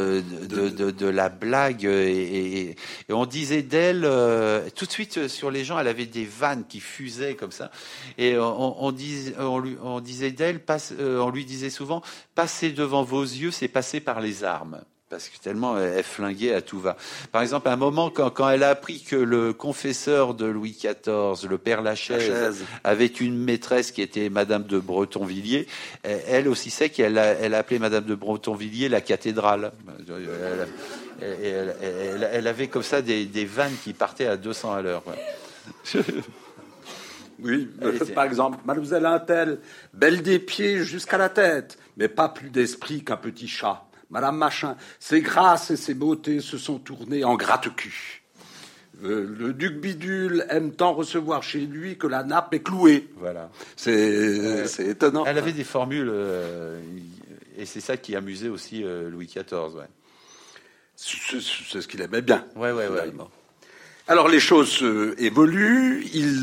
de la blague, et on disait d'elle tout de suite sur les gens, elle avait des vannes qui fusaient comme ça, et on disait d'elle, on lui disait souvent, passez devant vos yeux, c'est passer par les armes. Parce que tellement elle flinguait à tout va. Par exemple, à un moment, quand elle a appris que le confesseur de Louis XIV, le père Lachaise, avait une maîtresse qui était Madame de Bretonvilliers, elle aussi sait qu'elle a appelé Madame de Bretonvilliers la cathédrale. Elle avait comme ça des vannes qui partaient à 200 à l'heure. Oui, par exemple, Mademoiselle Untel, belle des pieds jusqu'à la tête, mais pas plus d'esprit qu'un petit chat. Madame Machin, ses grâces et ses beautés se sont tournées en gratte-cul. Le duc Bidule aime tant recevoir chez lui que la nappe est clouée. Voilà. C'est étonnant. Elle avait des formules, et c'est ça qui amusait aussi Louis XIV. Ouais. C'est ce qu'il aimait bien. Ouais. Alors les choses évoluent, il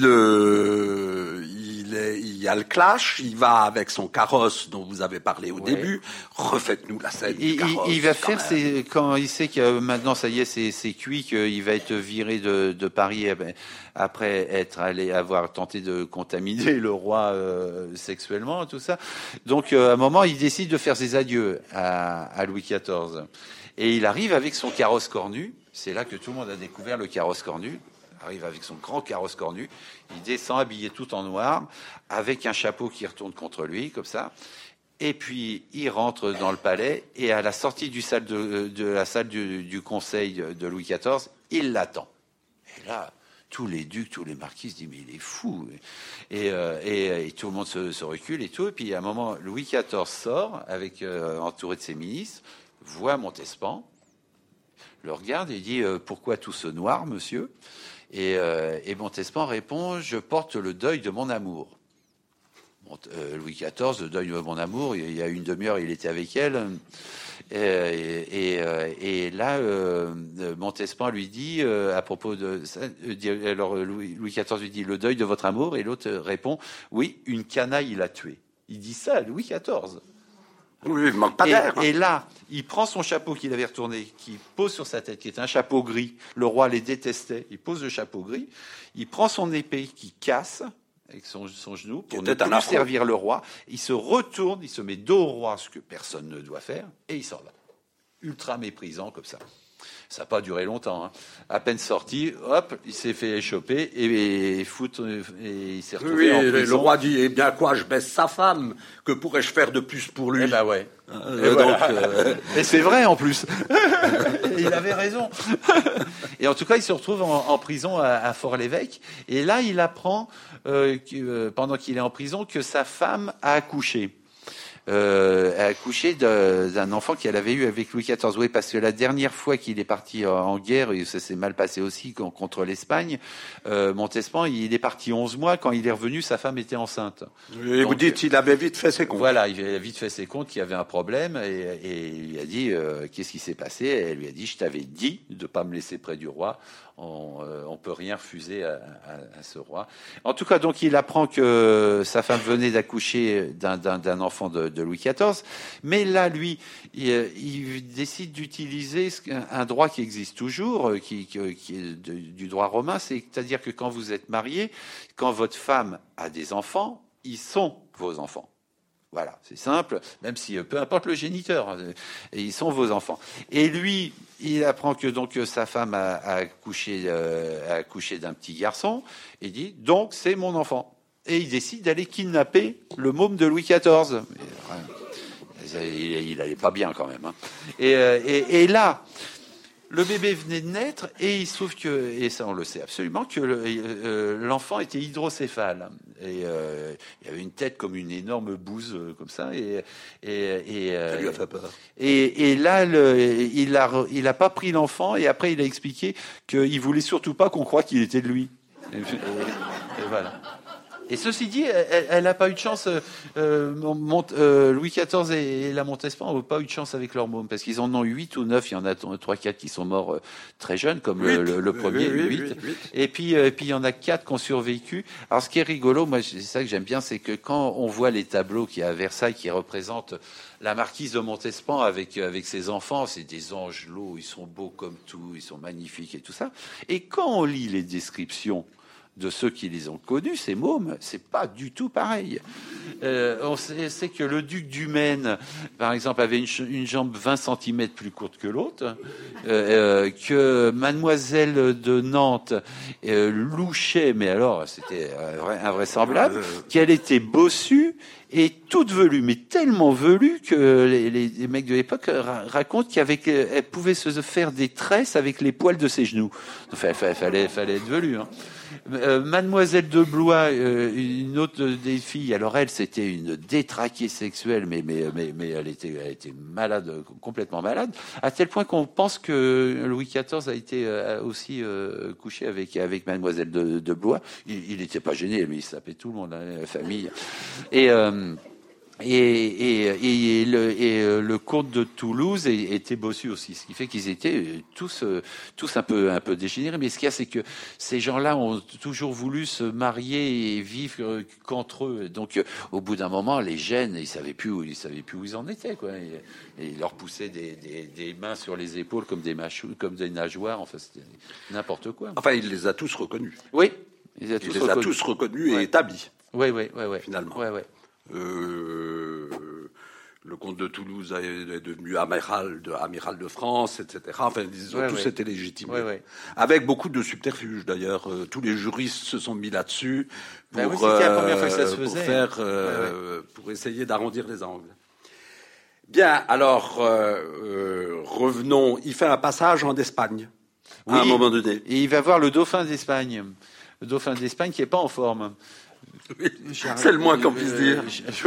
y a le clash, il va avec son carrosse dont vous avez parlé au début. Refaites-nous la scène du carrosse. Il va faire quand il sait que maintenant ça y est, c'est cuit, qu'il va être viré de Paris après avoir tenté de contaminer le roi sexuellement, tout ça. Donc à un moment, il décide de faire ses adieux à Louis XIV. Et il arrive avec son carrosse cornu. C'est là que tout le monde a découvert le carrosse cornu. Il arrive avec son grand carrosse cornu. Il descend habillé tout en noir, avec un chapeau qui retourne contre lui, comme ça. Et puis, il rentre dans le palais. Et à la sortie de la salle du conseil de Louis XIV, il l'attend. Et là, tous les ducs, tous les marquis se disent, mais il est fou. Et tout le monde se recule et tout. Et puis, à un moment, Louis XIV sort, entouré de ses ministres, voit Montespan, le regarde et dit pourquoi tout ce noir, monsieur? Et Montespan répond, je porte le deuil de mon amour. Louis XIV, le deuil de mon amour, il y a une demi-heure, il était avec elle. Et là, Montespan lui dit, à propos de ça, alors Louis XIV lui dit, le deuil de votre amour, et l'autre répond, oui, une canaille l'a tué. Il dit ça, Louis XIV. Oui, il manque pas d'air. Et là, il prend son chapeau qu'il avait retourné, qu'il pose sur sa tête, qui est un chapeau gris. Le roi les détestait. Il pose le chapeau gris. Il prend son épée qui casse avec son genou pour ne plus servir le roi. Il se retourne, il se met dos au roi, ce que personne ne doit faire, et il s'en va. Ultra méprisant comme ça. Ça n'a pas duré longtemps. Hein. À peine sorti, hop, il s'est fait choper et il s'est retrouvé en prison. Le roi dit, eh bien quoi, je baisse sa femme. Que pourrais-je faire de plus pour lui? Eh ben ouais. Et c'est vrai en plus. Il avait raison. Et en tout cas, il se retrouve en prison à Fort-l'Évêque. Et là, il apprend, pendant qu'il est en prison, que sa femme a accouché. a accouché d'un enfant qu'elle avait eu avec Louis XIV. Oui, parce que la dernière fois qu'il est parti en guerre, et ça s'est mal passé aussi contre l'Espagne, Montespan, il est parti 11 mois. Quand il est revenu, sa femme était enceinte. Et donc, vous dites qu'il avait vite fait ses comptes. Voilà, il a vite fait ses comptes qu'il y avait un problème et il lui a dit qu'est-ce qui s'est passé. Et elle lui a dit je t'avais dit de pas me laisser près du roi. On peut rien refuser à ce roi. En tout cas, donc il apprend que sa femme venait d'accoucher d'un enfant de Louis XIV, mais là, lui, il décide d'utiliser un droit qui existe toujours, qui est du droit romain, c'est-à-dire que quand vous êtes marié, quand votre femme a des enfants, ils sont vos enfants. Voilà, c'est simple, même si peu importe le géniteur, ils sont vos enfants. Et lui, il apprend que donc sa femme a accouché d'un petit garçon, et dit donc c'est mon enfant. Et il décide d'aller kidnapper le môme de Louis XIV. Il allait pas bien quand même. Hein. Et là, le bébé venait de naître et il se trouve que, et ça on le sait absolument, que l'enfant était hydrocéphale. Et il avait une tête comme une énorme bouse comme ça. Ça lui a fait peur. Et là, il a pas pris l'enfant et après il a expliqué qu'il voulait surtout pas qu'on croie qu'il était de lui. Et voilà. Et ceci dit, elle n'a pas eu de chance. Louis XIV et la Montespan n'ont pas eu de chance avec leur môme, parce qu'ils en ont eu 8 ou 9. Il y en a 3-4 qui sont morts très jeunes, comme le premier, 8. Et puis il y en a 4 qui ont survécu. Alors ce qui est rigolo, moi c'est ça que j'aime bien, c'est que quand on voit les tableaux qu'il y a à Versailles qui représentent la marquise de Montespan avec ses enfants, c'est des angelots, ils sont beaux comme tout, ils sont magnifiques et tout ça. Et quand on lit les descriptions de ceux qui les ont connus, ces mômes, c'est pas du tout pareil. On sait que le duc du Maine, par exemple, avait une jambe 20 cm plus courte que l'autre, que mademoiselle de Nantes louchait, mais alors c'était invraisemblable, qu'elle était bossue et toute velue, mais tellement velue que les mecs de l'époque racontent qu'elle pouvait se faire des tresses avec les poils de ses genoux. Enfin, fallait être velue, hein. Mademoiselle de Blois, une autre des filles, alors elle c'était une détraquée sexuelle, mais elle était malade, complètement malade, à tel point qu'on pense que Louis XIV a été aussi couché avec Mademoiselle de Blois. Il n'était pas gêné, lui, il s'appelait tout le monde, hein, la famille. Et le comte de Toulouse était bossu aussi, ce qui fait qu'ils étaient tous un peu dégénérés. Mais ce qu'il y a, c'est que ces gens-là ont toujours voulu se marier et vivre qu'entre eux. Donc, au bout d'un moment, les gènes, ils savaient plus où ils en étaient, quoi. Et ils leur poussaient des mains sur les épaules comme des nageoires. Enfin, c'était n'importe quoi. Enfin, il les a tous reconnus. Oui, il les a tous reconnus et établis. Oui. Finalement. Ouais. Le comte de Toulouse est devenu amiral de France, etc. Enfin, ils ont tous été légitimés. Avec beaucoup de subterfuges, d'ailleurs. Tous les juristes se sont mis là-dessus pour, c'était la première fois que ça se faisait. Pour essayer d'arrondir les angles. Bien, alors, revenons. Il fait un passage en Espagne, à un moment donné. Et il va voir le dauphin d'Espagne. Le dauphin d'Espagne qui est pas en forme. Oui, c'est le moins qu'on puisse dire.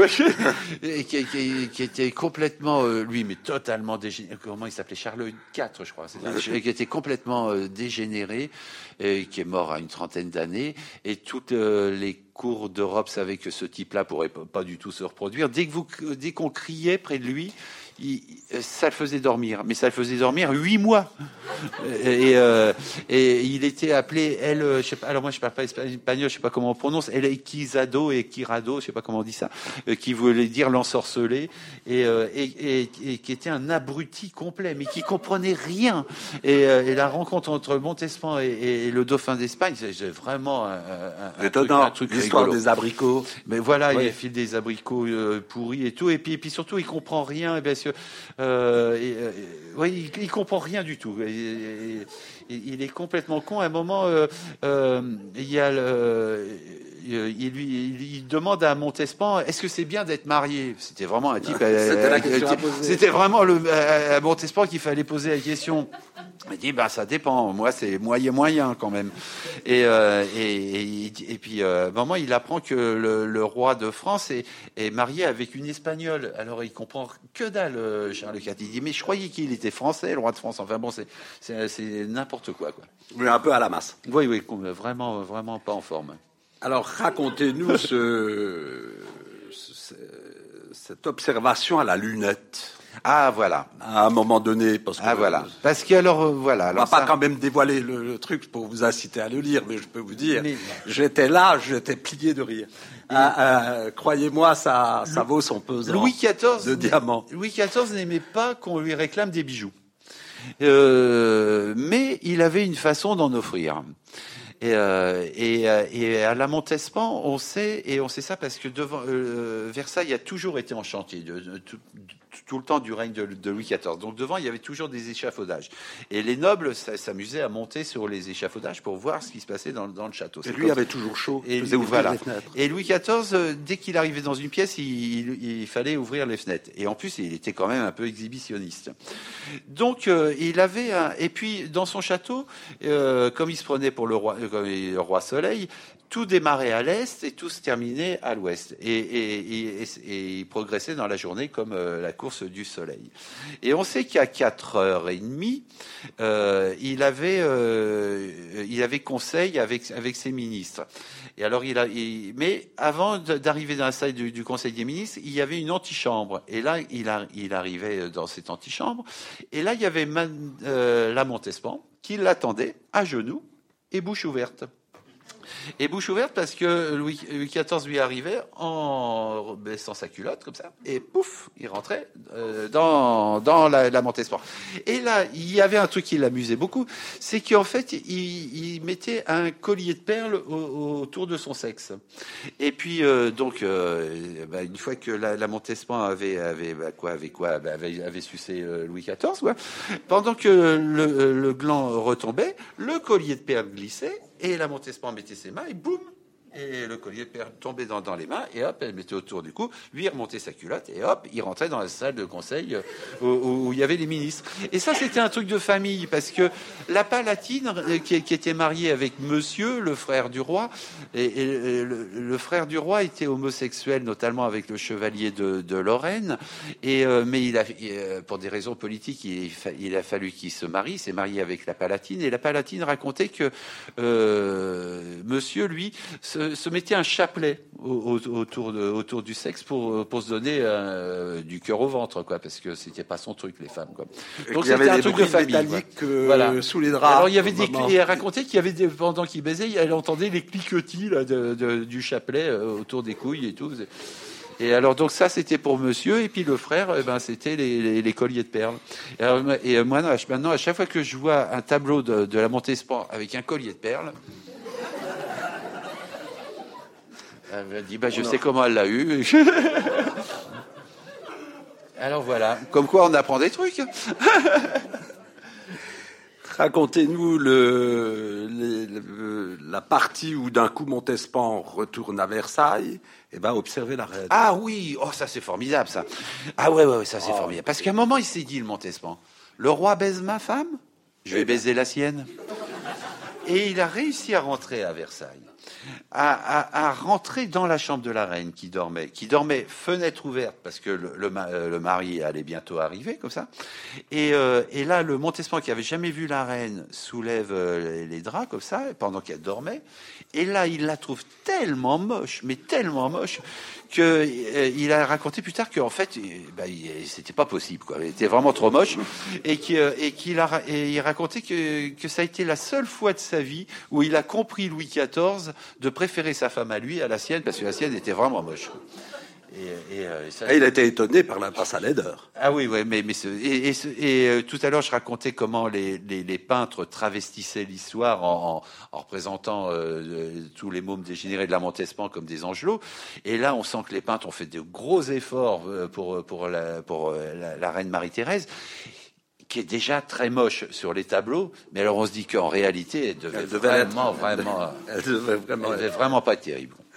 Qui était complètement, lui, mais totalement dégénéré. Comment il s'appelait? Charles IV, je crois. Qui était complètement dégénéré, qui est mort à une trentaine d'années. Et toutes les cours d'Europe savaient que ce type-là pourrait pas du tout se reproduire. Dès qu'on criait près de lui, ça le faisait dormir, mais ça le faisait dormir 8 mois. Et il était appelé je sais pas, alors moi je parle pas espagnol, je sais pas comment on prononce, El Equizado et Quirado, je sais pas comment on dit ça, qui voulait dire l'ensorcelé, et qui était un abruti complet, mais qui comprenait rien. Et la rencontre entre Montespan et le dauphin d'Espagne, c'est vraiment un truc l'histoire rigolo. Des abricots. Mais voilà, il file des abricots pourris et tout, et puis surtout il comprend rien, bien sûr. Il comprend rien du tout. Il est complètement con. À un moment, il y a il demande à Montespan, est-ce que c'est bien d'être marié? C'était vraiment un type. C'était la question à poser. C'était vraiment à Montespan qu'il fallait poser la question. Il dit, ça dépend. Moi, c'est moyen quand même. Et puis, à un moment, il apprend que le roi de France est marié avec une Espagnole. Alors, il comprend que dalle, Charles IV. Il dit, mais je croyais qu'il était français, le roi de France. Enfin bon, c'est n'importe quoi. Oui, un peu à la masse. Oui, vraiment pas en forme. Alors, racontez-nous cette observation à la lunette. Ah, voilà. À un moment donné, parce que... voilà. Parce que alors, voilà. On va pas quand même dévoiler le truc pour vous inciter à le lire, mais je peux vous dire, j'étais plié de rire. Croyez-moi, ça vaut son pesant de diamants. Louis XIV n'aimait pas qu'on lui réclame des bijoux. Mais il avait une façon d'en offrir. Et à la Montespan, on sait ça parce que devant Versailles a toujours été en chantier tout le temps du règne de Louis XIV. Donc devant, il y avait toujours des échafaudages. Et les nobles s'amusaient à monter sur les échafaudages pour voir ce qui se passait dans le château. Et lui avait toujours chaud. Et faisait ouvrir les fenêtres. Et Louis XIV, dès qu'il arrivait dans une pièce, il fallait ouvrir les fenêtres. Et en plus, il était quand même un peu exhibitionniste. Donc il avait et puis dans son château, comme il se prenait pour le roi Soleil, tout démarrait à l'est et tout se terminait à l'ouest. Et il progressait dans la journée comme la course du soleil. Et on sait qu'à 4h30, il avait conseil avec ses ministres. Et alors mais avant d'arriver dans la salle du Conseil des ministres, il y avait une antichambre. Et là, il arrivait dans cette antichambre. Et là, il y avait la Montespan qui l'attendait à genoux et bouche ouverte. Et bouche ouverte parce que Louis XIV lui arrivait en baissant sa culotte comme ça et pouf, il rentrait dans la Montespan. Et là, il y avait un truc qui l'amusait beaucoup, c'est qu'en fait, il mettait un collier de perles autour de son sexe. Et puis donc une fois que la Montespan avait sucé Louis XIV, quoi, pendant que le gland retombait, le collier de perles glissait. Et la Montespan mettait ses mains et boum, et le collier de perles tombait dans les mains et hop, elle mettait autour du cou, lui il remontait sa culotte et hop, il rentrait dans la salle de conseil où il y avait les ministres. Et ça, c'était un truc de famille parce que la Palatine qui était mariée avec Monsieur, le frère du roi, et le frère du roi était homosexuel, notamment avec le chevalier de Lorraine. Mais pour des raisons politiques, il a fallu qu'il se marie. Il s'est marié avec la Palatine et la Palatine racontait que Monsieur, lui, se mettait un chapelet autour du sexe pour se donner du cœur au ventre, quoi, parce que c'était pas son truc, les femmes, quoi. Donc c'était un truc de famille, voilà. Sous les draps. Alors il y avait et elle racontait qu'il y avait pendant qu'il baisait, elle entendait les cliquetis là, du chapelet autour des couilles et tout. Et alors donc ça c'était pour Monsieur et puis le frère c'était les colliers de perles. Et moi maintenant à chaque fois que je vois un tableau de la Montespan avec un collier de perles, elle me dit je sais comment elle l'a eu. Alors voilà, comme quoi on apprend des trucs. Racontez-nous la partie où d'un coup Montespan retourne à Versailles et va observer la reine. Ah oui, ça c'est formidable ça. Ah ouais, ça c'est formidable. Parce qu'à un moment il s'est dit, le Montespan, le roi baise ma femme, je vais baiser la sienne. Et il a réussi à rentrer à Versailles, à rentrer dans la chambre de la reine qui dormait fenêtre ouverte parce que le mari allait bientôt arriver, comme ça. Et là, le Montespan qui avait jamais vu la reine soulève les draps comme ça pendant qu'elle dormait. Et là, il la trouve tellement moche, mais tellement moche, que il a raconté plus tard qu'en fait, c'était pas possible, quoi. Elle était vraiment trop moche, et il racontait que ça a été la seule fois de sa vie où il a compris Louis XIV de préférer sa femme à lui à la sienne parce que la sienne était vraiment moche. Il a été étonné par sa laideur. Ah oui, mais tout à l'heure je racontais comment les peintres travestissaient l'histoire en représentant tous les mômes dégénérés de la Montespan comme des angelots. Et là, on sent que les peintres ont fait de gros efforts pour la reine Marie-Thérèse, qui est déjà très moche sur les tableaux, mais alors on se dit qu'en réalité, elle devait vraiment pas être terrible.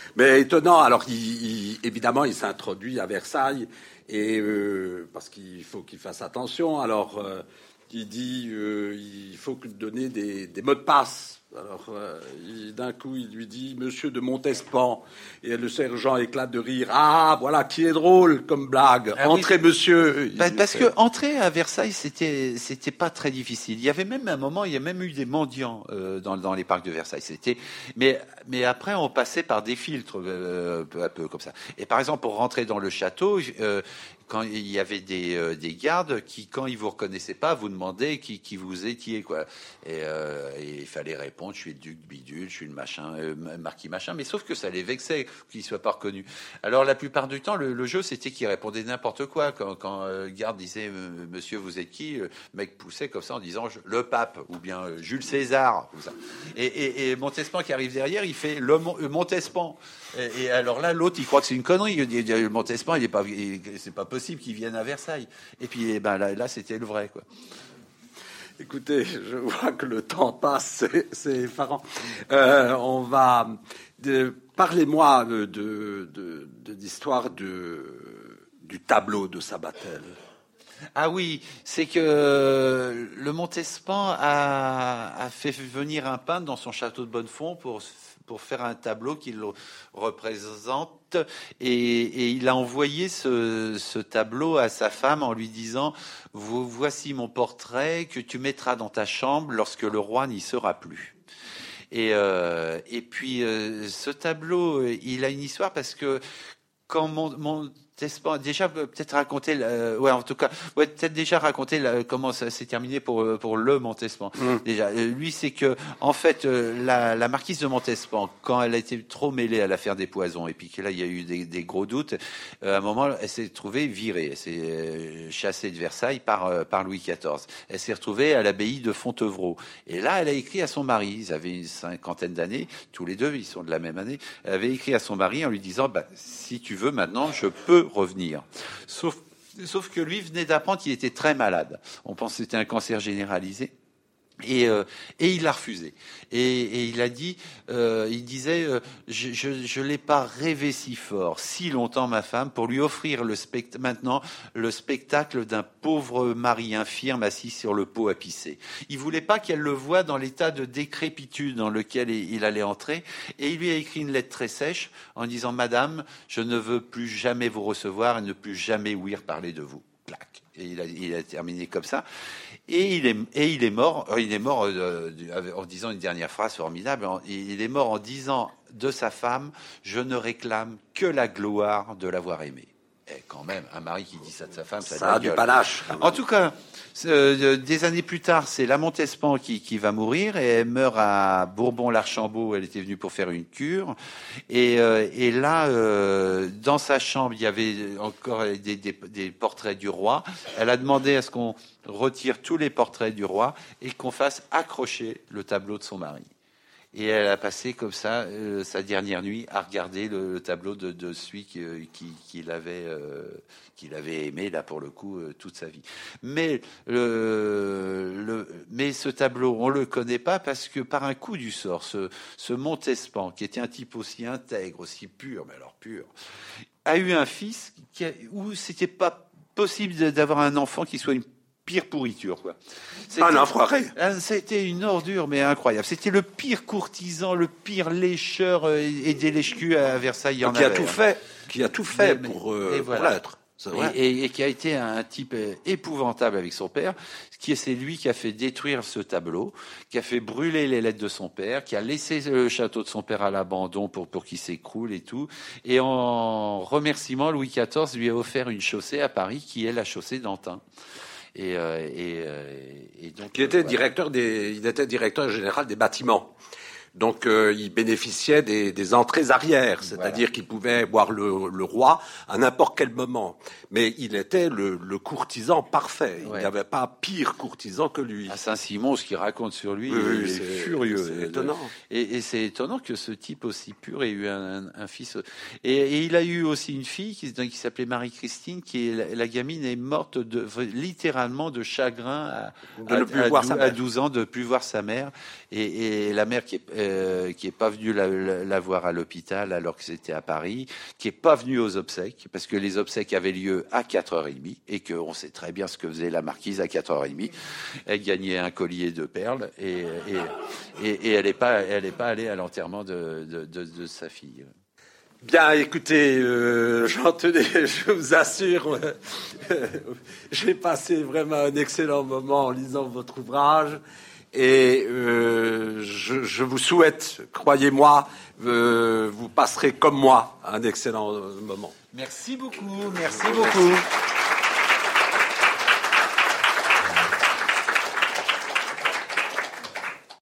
Mais étonnant, alors évidemment, il s'introduit à Versailles, et parce qu'il faut qu'il fasse attention. Alors, il dit il faut donner des mots de passe. Alors, d'un coup, il lui dit Monsieur de Montespan, et le sergent éclate de rire. Ah, voilà qui est drôle comme blague. Entrez, oui. Monsieur. Parce que entrer à Versailles, c'était pas très difficile. Il y avait même un moment, il y a même eu des mendiants dans les parcs de Versailles. Mais après, on passait par des filtres peu à peu comme ça. Et par exemple, pour rentrer dans le château, quand il y avait des gardes qui, quand ils vous reconnaissaient pas, vous demandaient qui vous étiez, quoi. Et il fallait répondre, je suis le duc bidule, je suis le machin, marquis machin. Mais sauf que ça les vexait qu'ils soient pas reconnus. Alors la plupart du temps, le jeu, c'était qu'ils répondaient n'importe quoi. Quand le garde disait Monsieur, vous êtes qui, le mec poussait comme ça en disant le pape ou bien Jules César. Ou ça. Et Montespan qui arrive derrière, il fait le Montespan. Et alors là, l'autre, il croit que c'est une connerie. Il dit Montespan, c'est pas possible qu'il vienne à Versailles. Et puis, là, c'était le vrai, quoi. Écoutez, je vois que le temps passe, c'est effarant. On va parlez-moi de l'histoire du tableau de Sabatel. Ah oui, c'est que le Montespan a fait venir un peintre dans son château de Bonnefond pour faire un tableau qui le représente, et il a envoyé ce tableau à sa femme en lui disant voici mon portrait que tu mettras dans ta chambre lorsque le roi n'y sera plus. Et puis ce tableau, il a une histoire parce que quand Montespan, déjà peut-être raconter, peut-être déjà raconter comment ça s'est terminé pour le Montespan. Déjà, lui, c'est que en fait, la marquise de Montespan, quand elle a été trop mêlée à l'affaire des poisons, et puis que là il y a eu des gros doutes, à un moment, elle s'est trouvée virée, elle s'est chassée de Versailles par Louis XIV. Elle s'est retrouvée à l'abbaye de Fontevraud. Et là, elle a écrit à son mari. Ils avaient une 50aine d'années, tous les deux, ils sont de la même année. Elle avait écrit à son mari en lui disant si tu veux maintenant, je peux revenir. Sauf que lui venait d'apprendre qu'il était très malade. On pense que c'était un cancer généralisé. Et il l'a refusé. Et il a dit, il disait, je l'ai pas rêvé si fort, si longtemps, ma femme, pour lui offrir maintenant le spectacle d'un pauvre mari infirme assis sur le pot à pisser. Il voulait pas qu'elle le voie dans l'état de décrépitude dans lequel il allait entrer. Et il lui a écrit une lettre très sèche en disant, Madame, je ne veux plus jamais vous recevoir et ne plus jamais ouïr parler de vous. Clac. Et il a terminé comme ça. Et il est mort. Il est mort en disant une dernière phrase formidable. Il est mort en disant de sa femme, je ne réclame que la gloire de l'avoir aimée. Et quand même, un mari qui dit ça de sa femme, ça a du panache. En tout cas, des années plus tard, c'est la Montespan qui va mourir, et elle meurt à Bourbon-l'Archambault. Elle était venue pour faire une cure, et là, dans sa chambre, il y avait encore des portraits du roi. Elle a demandé à ce qu'on retire tous les portraits du roi et qu'on fasse accrocher le tableau de son mari. Et elle a passé comme ça sa dernière nuit à regarder le tableau de celui qu'il avait aimé, là pour le coup, toute sa vie. Mais mais ce tableau, on le connaît pas parce que par un coup du sort, ce Montespan, qui était un type aussi intègre, aussi pur, mais alors pur, a eu un fils où c'était pas possible d'avoir un enfant qui soit une pire pourriture, quoi. Un enfoiré. C'était une ordure, mais incroyable. C'était le pire courtisan, le pire lécheur et des lèche-culs à Versailles. Il y en qui a tout fait pour l'être. Et qui a été un type épouvantable avec son père. C'est lui qui a fait détruire ce tableau, qui a fait brûler les lettres de son père, qui a laissé le château de son père à l'abandon pour qu'il s'écroule et tout. Et en remerciement, Louis XIV lui a offert une chaussée à Paris, qui est la chaussée d'Antin. Et donc, il était directeur général des bâtiments. Donc, il bénéficiait des entrées arrière, c'est-à-dire qu'il pouvait voir le roi à n'importe quel moment. Mais il était le courtisan parfait. Il n'y avait pas pire courtisan que lui. À Saint-Simon, ce qu'il raconte sur lui, c'est furieux. C'est étonnant. Et c'est étonnant que ce type aussi pur ait eu un fils. Et il a eu aussi une fille qui s'appelait Marie-Christine, la gamine est morte littéralement de chagrin à 12 ans de ne plus voir sa mère. Et la mère qui est qui est pas venu la voir à l'hôpital alors que c'était à Paris, qui est pas venu aux obsèques parce que les obsèques avaient lieu à 4h30 et qu'on sait très bien ce que faisait la marquise à 4h30. Elle gagnait un collier de perles et elle est pas allée à l'enterrement de sa fille. Bien, écoutez, Jean Tenet, je vous assure, j'ai passé vraiment un excellent moment en lisant votre ouvrage et je vous souhaite, croyez-moi, vous passerez comme moi un excellent moment. Merci beaucoup, merci beaucoup.